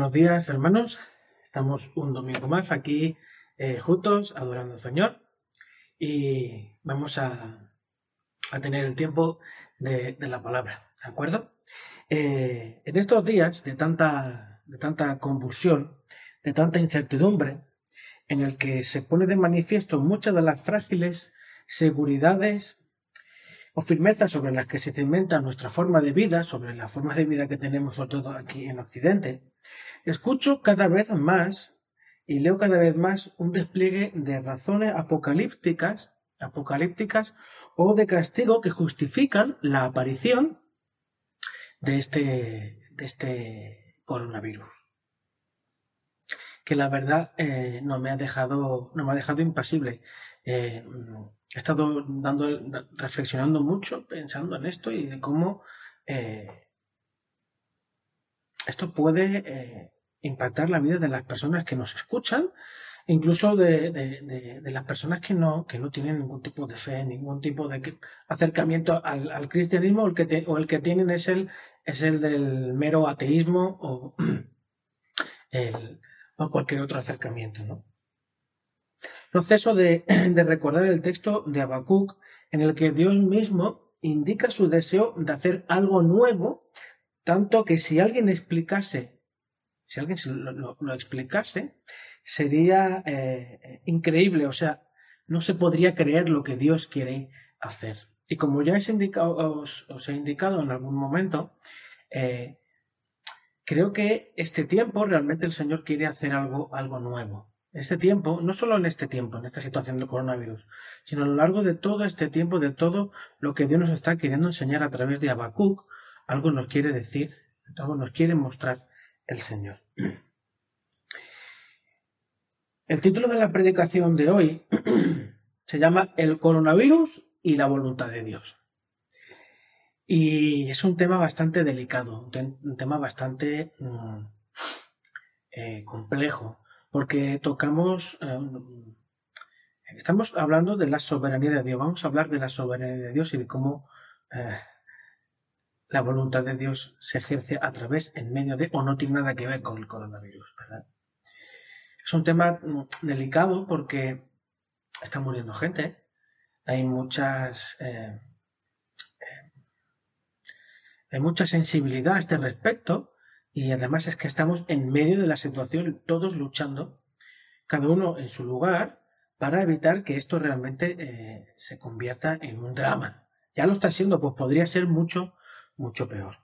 Buenos días, hermanos. Estamos un domingo más aquí juntos adorando al Señor y vamos a tener el tiempo de la palabra, ¿de acuerdo? En estos días de tanta convulsión, de tanta incertidumbre, en el que se pone de manifiesto muchas de las frágiles seguridades o firmezas sobre las que se cimenta nuestra forma de vida, sobre la forma de vida que tenemos sobre todo aquí en Occidente, escucho cada vez más y leo cada vez más un despliegue de razones apocalípticas o de castigo que justifican la aparición de este coronavirus. Que la verdad no me ha dejado impasible. He estado reflexionando mucho, pensando en esto y de cómo esto puede impactar la vida de las personas que nos escuchan, incluso de las personas que no tienen ningún tipo de fe, ningún tipo de acercamiento al cristianismo, o el que tienen es el del mero ateísmo o cualquier otro acercamiento, ¿no? No ceso de recordar el texto de Habacuc en el que Dios mismo indica su deseo de hacer algo nuevo, tanto que si alguien lo explicase, sería increíble, o sea, no se podría creer lo que Dios quiere hacer. Y como ya os he indicado en algún momento, creo que este tiempo realmente el Señor quiere hacer algo nuevo. Este tiempo, no solo en este tiempo, en esta situación del coronavirus, sino a lo largo de todo este tiempo, de todo lo que Dios nos está queriendo enseñar a través de Habacuc, algo nos quiere decir, algo nos quiere mostrar el Señor. El título de la predicación de hoy se llama El coronavirus y la voluntad de Dios. Y es un tema bastante delicado, un tema bastante complejo, porque estamos hablando de la soberanía de Dios. Vamos a hablar de la soberanía de Dios y de cómo la voluntad de Dios se ejerce a través, en medio de, o no tiene nada que ver con el coronavirus, ¿verdad? Es un tema delicado porque está muriendo gente, hay mucha sensibilidad a este respecto, y además es que estamos en medio de la situación, todos luchando, cada uno en su lugar, para evitar que esto realmente se convierta en un drama. Ya lo está siendo, pues podría ser mucho, mucho peor.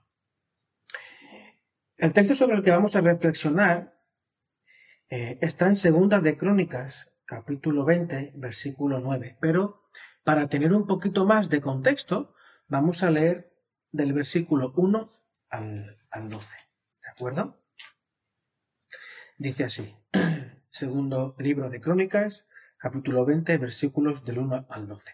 El texto sobre el que vamos a reflexionar está en Segunda de Crónicas, capítulo 20, versículo 9. Pero para tener un poquito más de contexto, vamos a leer del versículo 1 al 12. ¿De acuerdo? Dice así. Segundo libro de Crónicas, capítulo 20, versículos del 1 al 12.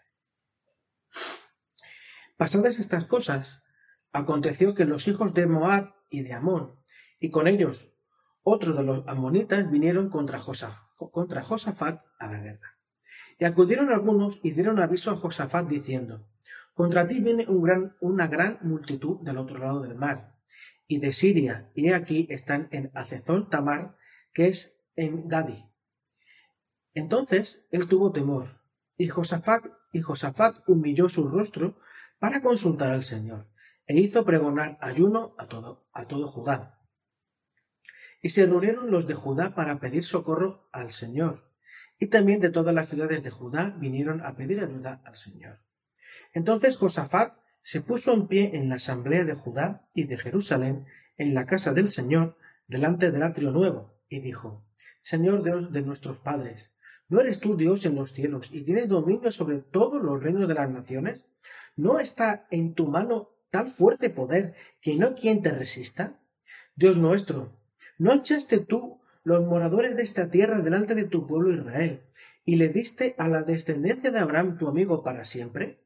Pasadas estas cosas, aconteció que los hijos de Moab y de Amón, y con ellos otros de los amonitas, vinieron contra Josafat a la guerra. Y acudieron algunos y dieron aviso a Josafat diciendo: contra ti viene una gran multitud del otro lado del mar, y de Siria, y aquí están en Hazezón Tamar, que es en Gadi. Entonces él tuvo temor, y Josafat humilló su rostro para consultar al Señor, e hizo pregonar ayuno a todo Judá. Y se reunieron los de Judá para pedir socorro al Señor, y también de todas las ciudades de Judá vinieron a pedir ayuda al Señor. Entonces Josafat se puso en pie en la asamblea de Judá y de Jerusalén, en la casa del Señor, delante del atrio nuevo, y dijo: Señor Dios de nuestros padres, ¿no eres tú Dios en los cielos y tienes dominio sobre todos los reinos de las naciones? ¿No está en tu mano tal fuerza y poder que no hay quien te resista? Dios nuestro, ¿no echaste tú los moradores de esta tierra delante de tu pueblo Israel, y le diste a la descendencia de Abraham tu amigo para siempre?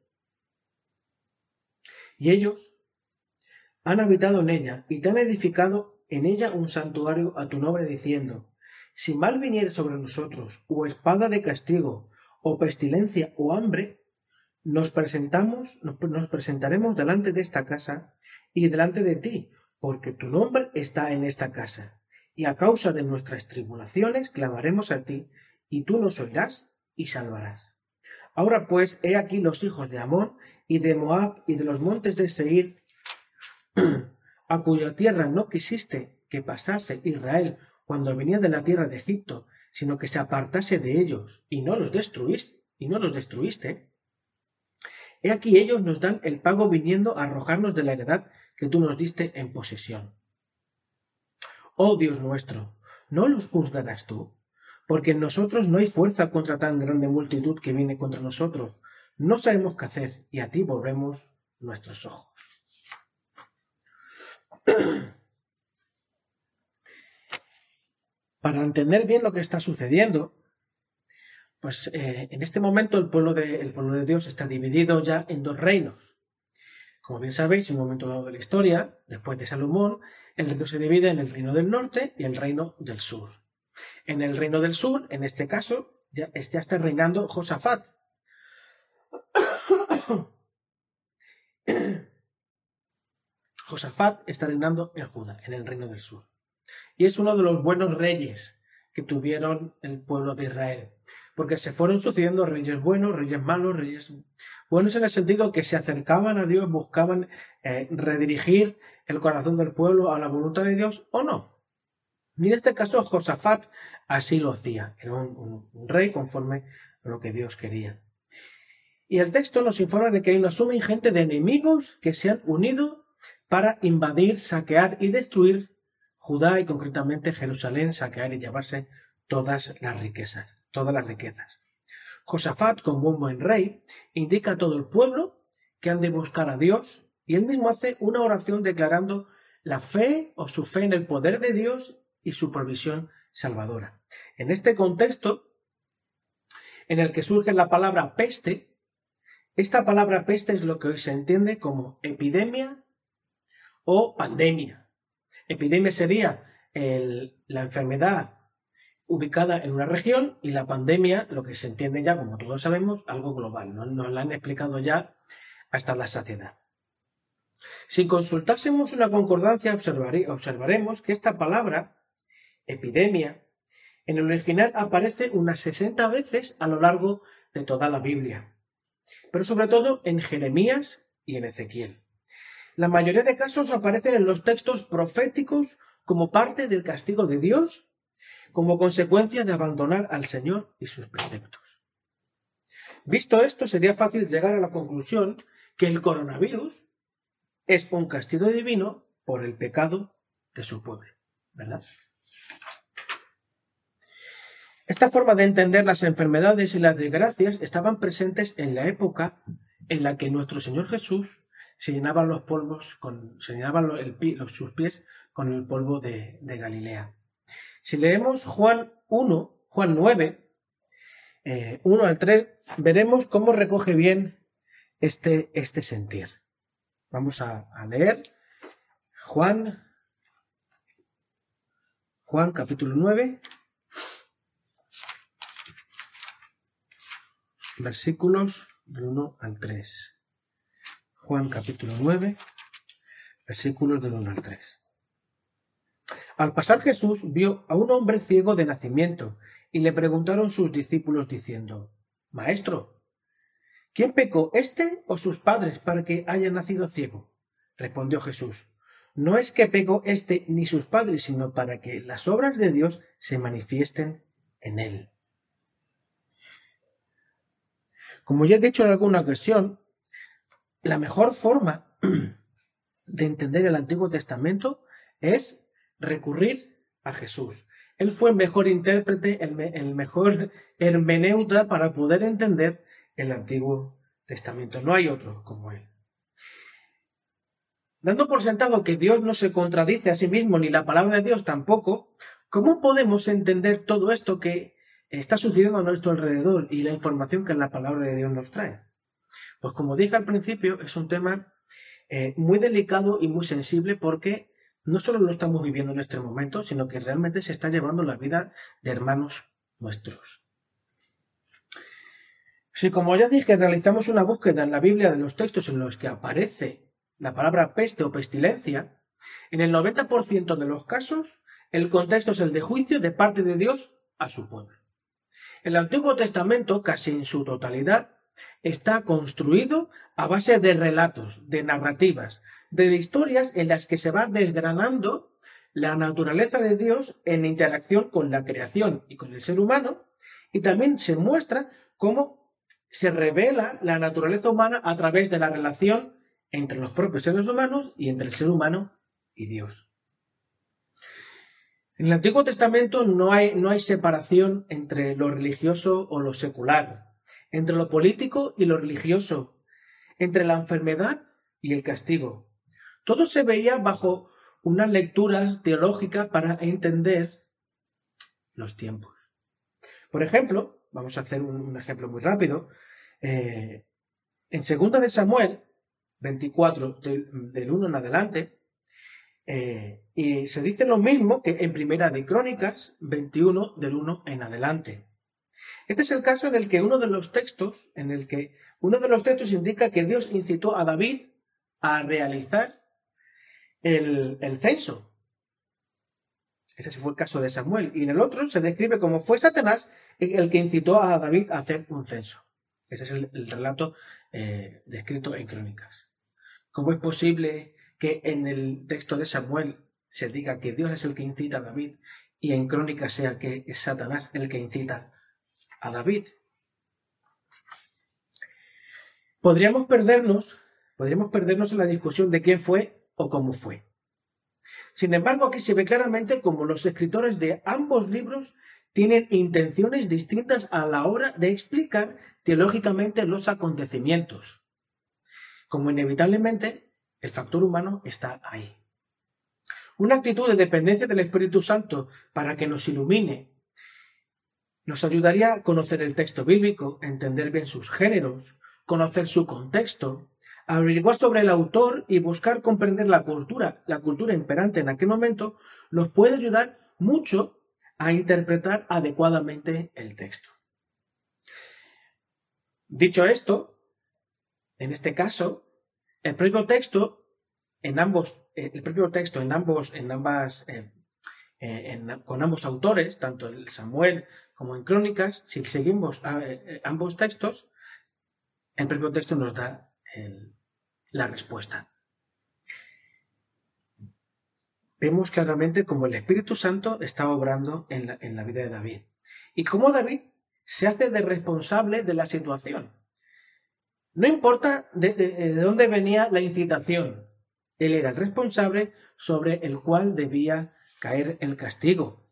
Y ellos han habitado en ella, y te han edificado en ella un santuario a tu nombre, diciendo: si mal viniere sobre nosotros, o espada de castigo, o pestilencia, o hambre, nos presentaremos delante de esta casa y delante de ti, porque tu nombre está en esta casa. y a causa de nuestras tribulaciones clamaremos a ti, y tú nos oirás y salvarás. Ahora pues, he aquí los hijos de Amón y de Moab y de los montes de Seir, a cuya tierra no quisiste que pasase Israel cuando venía de la tierra de Egipto, sino que se apartase de ellos, y no los destruiste. He aquí ellos nos dan el pago viniendo a arrojarnos de la heredad que tú nos diste en posesión. Oh Dios nuestro, ¿no los juzgarás tú? Porque en nosotros no hay fuerza contra tan grande multitud que viene contra nosotros. No sabemos qué hacer, y a ti volvemos nuestros ojos. Para entender bien lo que está sucediendo, pues en este momento el pueblo de Dios está dividido ya en dos reinos. Como bien sabéis, en un momento dado de la historia, después de Salomón, el reino se divide en el reino del norte y el reino del sur. En el reino del sur, en este caso, ya está reinando Josafat. Josafat está reinando en Judá, en el reino del sur. Y es uno de los buenos reyes que tuvieron el pueblo de Israel. Porque se fueron sucediendo reyes buenos, reyes malos, reyes buenos en el sentido que se acercaban a Dios, buscaban redirigir el corazón del pueblo a la voluntad de Dios o no. Y en este caso Josafat así lo hacía. Era un rey conforme a lo que Dios quería. Y el texto nos informa de que hay una suma ingente de enemigos que se han unido para invadir, saquear y destruir Judá y concretamente Jerusalén, saquear y llevarse todas las riquezas. Josafat, como un buen rey, indica a todo el pueblo que han de buscar a Dios y él mismo hace una oración declarando la fe o su fe en el poder de Dios y su provisión salvadora. En este contexto, en el que surge la palabra peste, esta palabra peste es lo que hoy se entiende como epidemia o pandemia. Epidemia sería la enfermedad ubicada en una región y la pandemia, lo que se entiende ya, como todos sabemos, algo global. Nos la han explicado ya hasta la saciedad. Si consultásemos una concordancia, observaremos que esta palabra, epidemia, en el original aparece unas 60 veces a lo largo de toda la Biblia, pero sobre todo en Jeremías y en Ezequiel. La mayoría de casos aparecen en los textos proféticos como parte del castigo de Dios, como consecuencia de abandonar al Señor y sus preceptos. Visto esto, sería fácil llegar a la conclusión que el coronavirus es un castigo divino por el pecado de su pueblo, ¿verdad? Esta forma de entender las enfermedades y las desgracias estaban presentes en la época en la que nuestro Señor Jesús se llenaba sus pies con el polvo de Galilea. Si leemos Juan 9, 1 al 3, veremos cómo recoge bien este sentir. Vamos a leer Juan capítulo 9, versículos del 1 al 3. Juan capítulo 9, versículos del 1 al 3. Al pasar Jesús vio a un hombre ciego de nacimiento y le preguntaron sus discípulos diciendo: Maestro, ¿quién pecó, éste o sus padres, para que haya nacido ciego? Respondió Jesús: No es que pecó éste ni sus padres, sino para que las obras de Dios se manifiesten en él. Como ya he dicho en alguna ocasión, la mejor forma de entender el Antiguo Testamento es recurrir a Jesús. Él fue el mejor intérprete, el mejor hermeneuta para poder entender el Antiguo Testamento. No hay otro como él. Dando por sentado que Dios no se contradice a sí mismo, ni la palabra de Dios tampoco, ¿cómo podemos entender todo esto que está sucediendo a nuestro alrededor y la información que la palabra de Dios nos trae? Pues como dije al principio, es un tema muy delicado y muy sensible porque no solo lo estamos viviendo en este momento, sino que realmente se está llevando la vida de hermanos nuestros. Si, como ya dije, realizamos una búsqueda en la Biblia de los textos en los que aparece la palabra peste o pestilencia, en el 90% de los casos El contexto es el de juicio de parte de Dios a su pueblo. El Antiguo Testamento, casi en su totalidad, está construido a base de relatos, de narrativas, de historias en las que se va desgranando la naturaleza de Dios en interacción con la creación y con el ser humano, y también se muestra cómo se revela la naturaleza humana a través de la relación entre los propios seres humanos y entre el ser humano y Dios. En el Antiguo Testamento no hay separación entre lo religioso o lo secular, entre lo político y lo religioso, entre la enfermedad y el castigo. Todo se veía bajo una lectura teológica para entender los tiempos. Por ejemplo, vamos a hacer un ejemplo muy rápido. En 2 de Samuel 24, del 1 en adelante, y se dice lo mismo que en Primera de Crónicas 21, del 1 en adelante. Este es el caso en el que uno de los textos indica que Dios incitó a David a realizar el censo. Ese fue el caso de Samuel. Y en el otro se describe como fue Satanás el que incitó a David a hacer un censo. Ese es el relato descrito en Crónicas. ¿Cómo es posible que en el texto de Samuel se diga que Dios es el que incita a David y en Crónicas sea que es Satanás el que incita a David? Podríamos perdernos en la discusión de quién fue o cómo fue. Sin embargo, aquí se ve claramente cómo los escritores de ambos libros tienen intenciones distintas a la hora de explicar teológicamente los acontecimientos. Como inevitablemente el factor humano está ahí. Una actitud de dependencia del Espíritu Santo para que nos ilumine nos ayudaría a conocer el texto bíblico, entender bien sus géneros, conocer su contexto, averiguar sobre el autor y buscar comprender la cultura imperante en aquel momento, nos puede ayudar mucho a interpretar adecuadamente el texto. Dicho esto, en este caso, con ambos autores, tanto en Samuel como en Crónicas, si seguimos ambos textos, el propio texto nos da la respuesta. Vemos claramente cómo el Espíritu Santo está obrando en la vida de David y cómo David se hace de responsable de la situación. No importa de dónde venía la incitación, él era el responsable sobre el cual debía caer el castigo.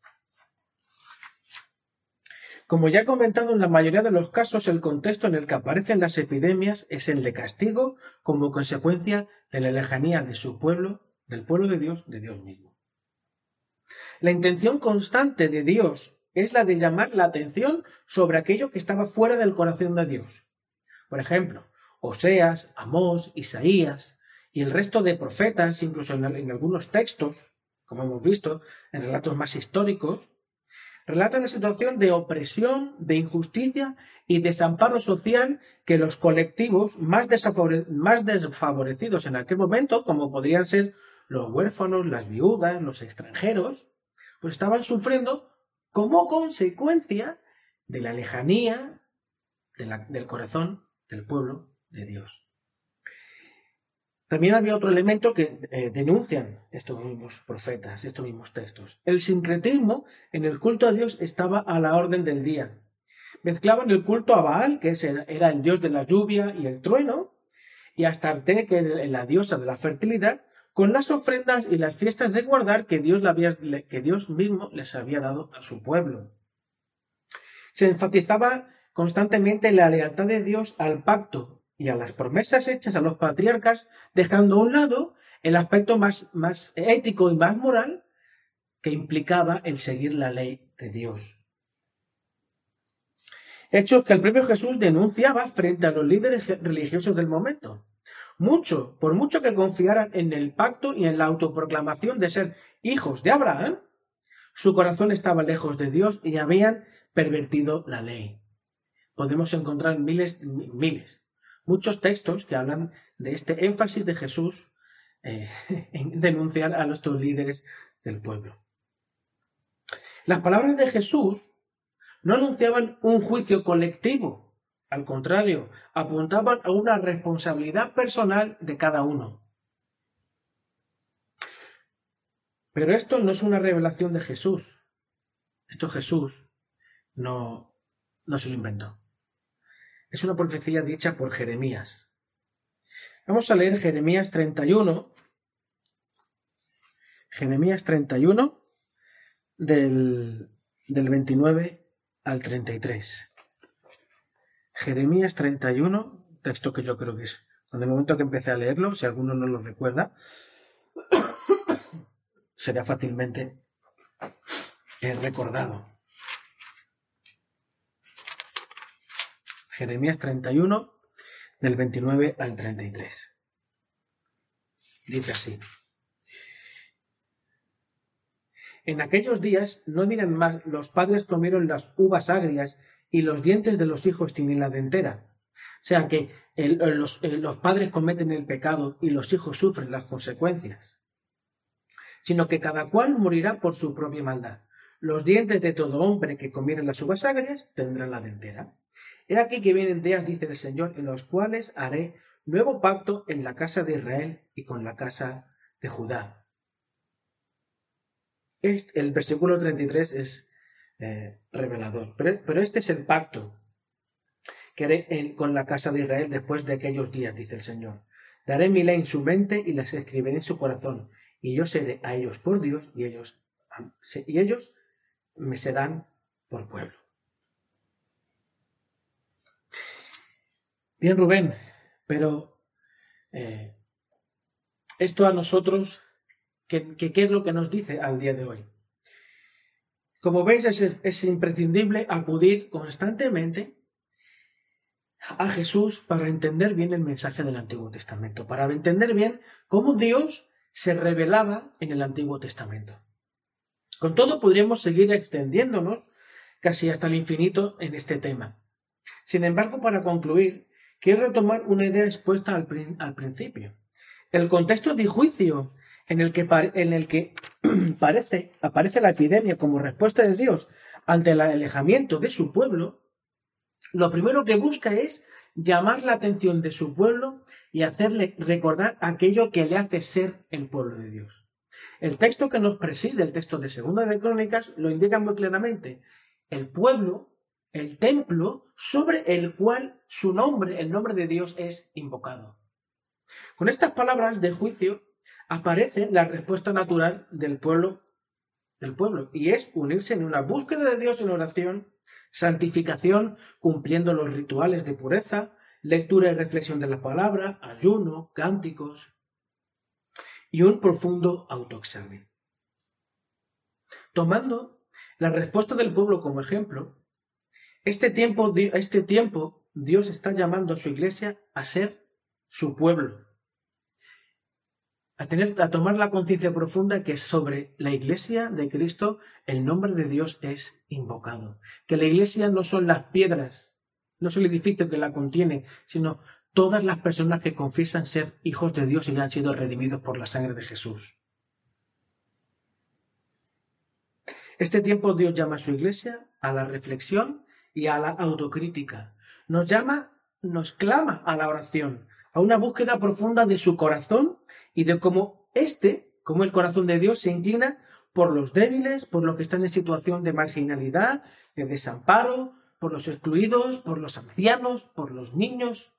Como ya he comentado, en la mayoría de los casos el contexto en el que aparecen las epidemias es el de castigo como consecuencia de la lejanía de su pueblo, del pueblo de Dios mismo. La intención constante de Dios es la de llamar la atención sobre aquello que estaba fuera del corazón de Dios. Por ejemplo, Oseas, Amós, Isaías y el resto de profetas, incluso en algunos textos, como hemos visto, en relatos más históricos, relatan la situación de opresión, de injusticia y desamparo social que los colectivos más desfavorecidos en aquel momento, como podrían ser los huérfanos, las viudas, los extranjeros, pues estaban sufriendo como consecuencia de la lejanía del corazón del pueblo de Dios. También había otro elemento que denuncian estos mismos profetas, estos mismos textos. El sincretismo en el culto a Dios estaba a la orden del día. Mezclaban el culto a Baal, que era el dios de la lluvia y el trueno, y a Astarte, que era la diosa de la fertilidad, con las ofrendas y las fiestas de guardar que Dios mismo les había dado a su pueblo. Se enfatizaba constantemente la lealtad de Dios al pacto y a las promesas hechas a los patriarcas, dejando a un lado el aspecto más ético y más moral que implicaba el seguir la ley de Dios. Hechos que el propio Jesús denunciaba frente a los líderes religiosos del momento. Por mucho que confiaran en el pacto y en la autoproclamación de ser hijos de Abraham, su corazón estaba lejos de Dios y habían pervertido la ley. Podemos encontrar muchos textos que hablan de este énfasis de Jesús en denunciar a nuestros líderes del pueblo. Las palabras de Jesús no anunciaban un juicio colectivo, al contrario, apuntaban a una responsabilidad personal de cada uno. Pero esto no es una revelación de Jesús. Esto Jesús no se lo inventó. Es una profecía dicha por Jeremías. Vamos a leer Jeremías 31. Jeremías 31 del 29 al 33. Jeremías 31, texto que yo creo que es, en el momento que empecé a leerlo, si alguno no lo recuerda, será fácilmente recordado. Jeremías 31, del 29 al 33. Dice así: En aquellos días no dirán más, los padres comieron las uvas agrias y los dientes de los hijos tienen la dentera. O sea que los padres cometen el pecado y los hijos sufren las consecuencias. Sino que cada cual morirá por su propia maldad. Los dientes de todo hombre que comiere las uvas agrias tendrán la dentera. He aquí que vienen días, dice el Señor, en los cuales haré nuevo pacto en la casa de Israel y con la casa de Judá. El versículo 33 es revelador, pero este es el pacto que haré con la casa de Israel después de aquellos días, dice el Señor. Daré mi ley en su mente y las escribiré en su corazón, y yo seré a ellos por Dios, y ellos me serán por pueblo. Bien, Rubén, pero esto a nosotros, ¿qué es lo que nos dice al día de hoy? Como veis, es imprescindible acudir constantemente a Jesús para entender bien el mensaje del Antiguo Testamento, para entender bien cómo Dios se revelaba en el Antiguo Testamento. Con todo, podríamos seguir extendiéndonos casi hasta el infinito en este tema. Sin embargo, para concluir, quiero retomar una idea expuesta al principio. El contexto de juicio en el que aparece la epidemia como respuesta de Dios ante el alejamiento de su pueblo, lo primero que busca es llamar la atención de su pueblo y hacerle recordar aquello que le hace ser el pueblo de Dios. El texto que nos preside, el texto de Segunda de Crónicas, lo indica muy claramente. El pueblo, el templo, sobre el cual su nombre, el nombre de Dios, es invocado. Con estas palabras de juicio aparece la respuesta natural del pueblo, y es unirse en una búsqueda de Dios en oración, santificación, cumpliendo los rituales de pureza, lectura y reflexión de la palabra, ayuno, cánticos y un profundo autoexamen. Tomando la respuesta del pueblo como ejemplo, este tiempo Dios está llamando a su iglesia a ser su pueblo, a tomar la conciencia profunda que sobre la iglesia de Cristo el nombre de Dios es invocado, que la iglesia no son las piedras, no es el edificio que la contiene, sino todas las personas que confiesan ser hijos de Dios y han sido redimidos por la sangre de Jesús. Este tiempo Dios llama a su iglesia a la reflexión y a la autocrítica. Nos clama a la oración, a una búsqueda profunda de su corazón y de cómo el corazón de Dios se inclina por los débiles, por los que están en situación de marginalidad, de desamparo, por los excluidos, por los ancianos, por los niños.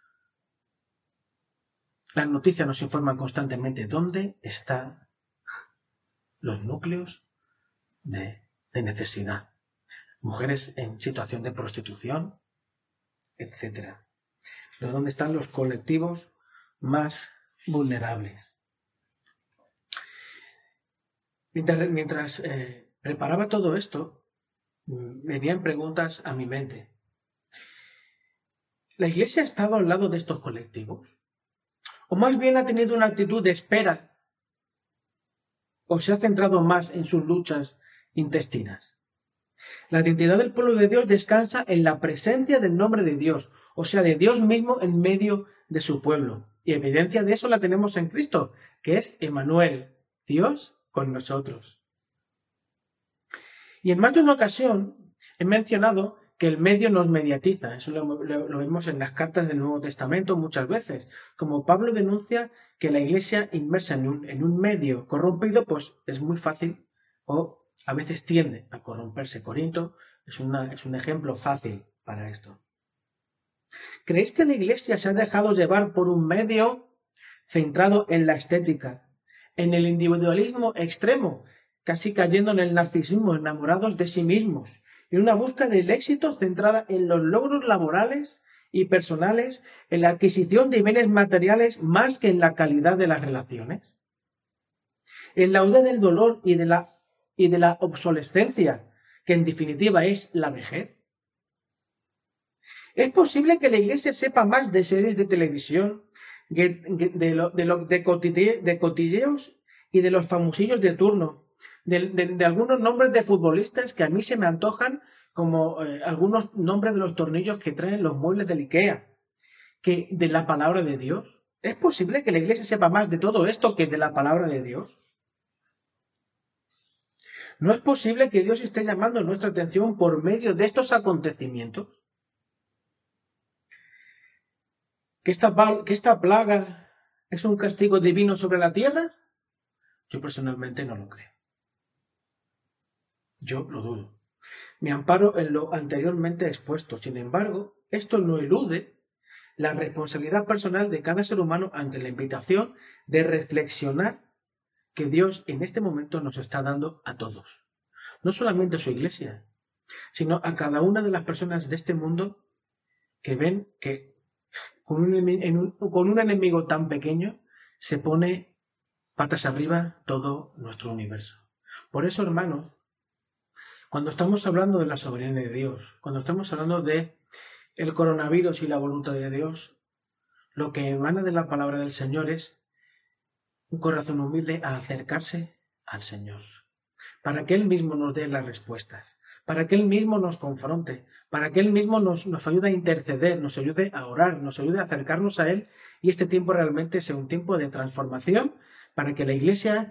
Las noticias nos informan constantemente dónde están los núcleos de necesidad. Mujeres en situación de prostitución, etc. Pero dónde están los colectivos más vulnerables. Mientras preparaba todo esto, venían preguntas a mi mente. ¿La Iglesia ha estado al lado de estos colectivos? ¿O más bien ha tenido una actitud de espera? ¿O se ha centrado más en sus luchas intestinas? La identidad del pueblo de Dios descansa en la presencia del nombre de Dios, o sea, de Dios mismo en medio de su pueblo. Y evidencia de eso la tenemos en Cristo, que es Emmanuel, Dios con nosotros. Y en más de una ocasión he mencionado que el medio nos mediatiza. Eso lo vemos en las cartas del Nuevo Testamento muchas veces. Como Pablo denuncia que la Iglesia inmersa en un medio corrompido, pues es muy fácil o a veces tiende a corromperse. Corinto es un ejemplo fácil para esto. ¿Creéis que la Iglesia se ha dejado llevar por un medio centrado en la estética, en el individualismo extremo, casi cayendo en el narcisismo, enamorados de sí mismos, y una búsqueda del éxito centrada en los logros laborales y personales, en la adquisición de bienes materiales más que en la calidad de las relaciones? En la huida del dolor y de la obsolescencia, que en definitiva es la vejez. ¿Es posible que la Iglesia sepa más de series de televisión, de cotilleos y de los famosillos de turno, de algunos nombres de futbolistas que a mí se me antojan como algunos nombres de los tornillos que traen los muebles del IKEA, que de la palabra de Dios? ¿Es posible que la Iglesia sepa más de todo esto que de la palabra de Dios? ¿No es posible que Dios esté llamando nuestra atención por medio de estos acontecimientos? ¿Que esta plaga es un castigo divino sobre la tierra? Yo personalmente no lo creo. Yo lo dudo. Me amparo en lo anteriormente expuesto. Sin embargo, esto no elude la responsabilidad personal de cada ser humano ante la invitación de reflexionar que Dios en este momento nos está dando a todos. No solamente a su iglesia, sino a cada una de las personas de este mundo que ven que con un enemigo tan pequeño se pone patas arriba todo nuestro universo. Por eso, hermanos, cuando estamos hablando de la soberanía de Dios, cuando estamos hablando de el coronavirus y la voluntad de Dios, lo que emana de la palabra del Señor es un corazón humilde a acercarse al Señor, para que Él mismo nos dé las respuestas, para que Él mismo nos confronte, para que Él mismo nos ayude a interceder, nos ayude a orar, nos ayude a acercarnos a Él y este tiempo realmente sea un tiempo de transformación para que la Iglesia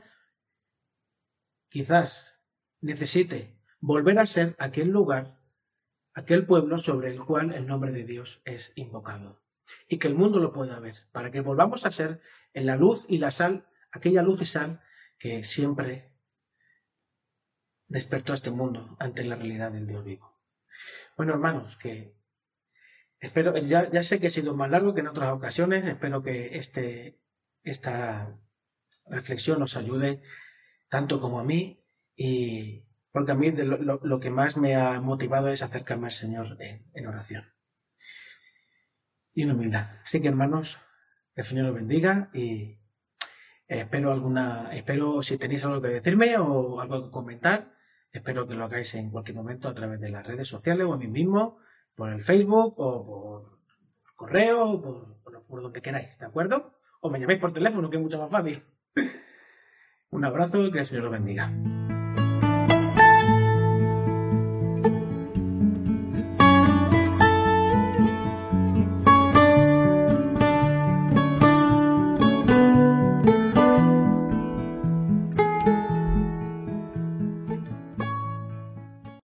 quizás necesite volver a ser aquel lugar, aquel pueblo sobre el cual el nombre de Dios es invocado y que el mundo lo pueda ver, para que volvamos a ser en la luz y la sal, aquella luz y sal que siempre despertó a este mundo ante la realidad del Dios vivo. Bueno, hermanos, que espero, ya sé que he sido más largo que en otras ocasiones, espero que esta reflexión os ayude tanto como a mí, y porque a mí lo que más me ha motivado es acercarme al Señor en oración y en humildad. Así que, hermanos, el Señor os bendiga y espero si tenéis algo que decirme o algo que comentar, espero que lo hagáis en cualquier momento a través de las redes sociales o a mí mismo, por el Facebook o por correo o por donde queráis, ¿de acuerdo? O me llaméis por teléfono, que es mucho más fácil. Un abrazo y que el Señor os bendiga.